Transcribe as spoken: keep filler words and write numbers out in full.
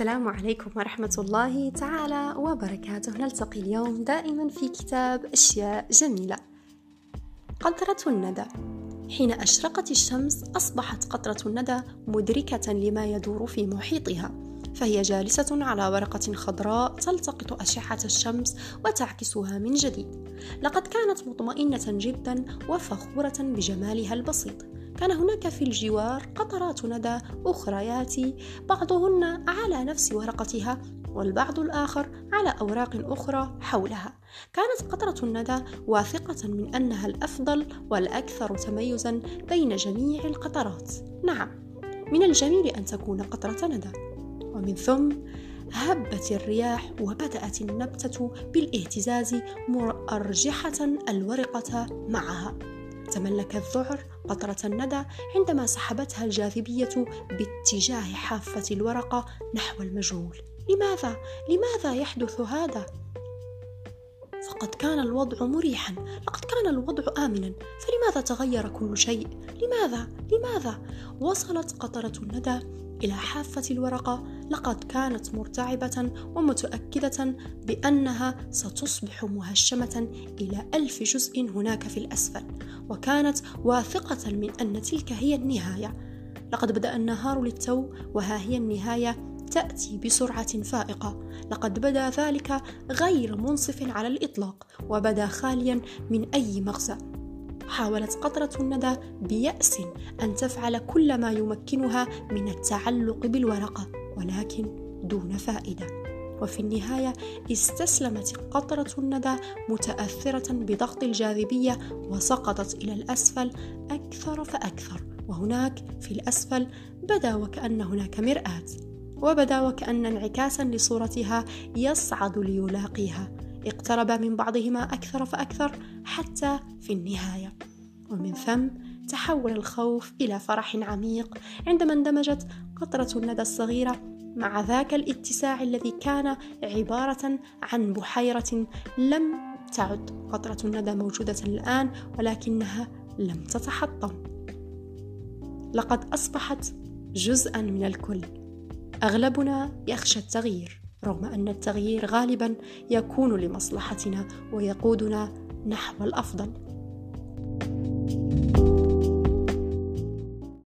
السلام عليكم ورحمة الله تعالى وبركاته. نلتقي اليوم دائما في كتاب أشياء جميلة. قطرة الندى. حين أشرقت الشمس أصبحت قطرة الندى مدركة لما يدور في محيطها، فهي جالسة على ورقة خضراء تلتقط أشعة الشمس وتعكسها من جديد. لقد كانت مطمئنة جدا وفخورة بجمالها البسيط. كان هناك في الجوار قطرات ندى أخريات، بعضهن على نفس ورقتها والبعض الآخر على أوراق أخرى حولها. كانت قطرة الندى واثقة من أنها الأفضل والأكثر تميزا بين جميع القطرات. نعم، من الجميل أن تكون قطرة ندى. ومن ثم هبت الرياح وبدأت النبتة بالاهتزاز مرجحة الورقة معها. تملك الذعر قطرة الندى عندما سحبتها الجاذبية باتجاه حافة الورقة نحو المجهول. لماذا؟ لماذا يحدث هذا؟ فقد كان الوضع مريحا، لقد كان الوضع آمنا، فلماذا تغير كل شيء؟ لماذا؟ لماذا؟ وصلت قطرة الندى إلى حافة الورقة. لقد كانت مرتعبة ومتأكدة بأنها ستصبح مهشمة إلى ألف جزء هناك في الأسفل، وكانت واثقة من أن تلك هي النهاية. لقد بدأ النهار للتو، وها هي النهاية تأتي بسرعة فائقة. لقد بدا ذلك غير منصف على الإطلاق، وبدا خاليا من أي مغزى. حاولت قطرة الندى بيأس أن تفعل كل ما يمكنها من التعلق بالورقة، ولكن دون فائدة. وفي النهاية استسلمت قطرة الندى متأثرة بضغط الجاذبية وسقطت إلى الأسفل أكثر فأكثر. وهناك في الأسفل بدا وكأن هناك مرآة، وبدا وكأن انعكاسا لصورتها يصعد ليلاقيها. اقترب من بعضهما أكثر فأكثر حتى في النهاية. ومن ثم تحول الخوف إلى فرح عميق عندما اندمجت قطرة الندى الصغيرة مع ذاك الاتساع الذي كان عبارة عن بحيرة. لم تعد قطرة الندى موجودة الآن، ولكنها لم تتحطم. لقد أصبحت جزءا من الكل. أغلبنا يخشى التغيير، رغم أن التغيير غالبا يكون لمصلحتنا ويقودنا نحو الأفضل.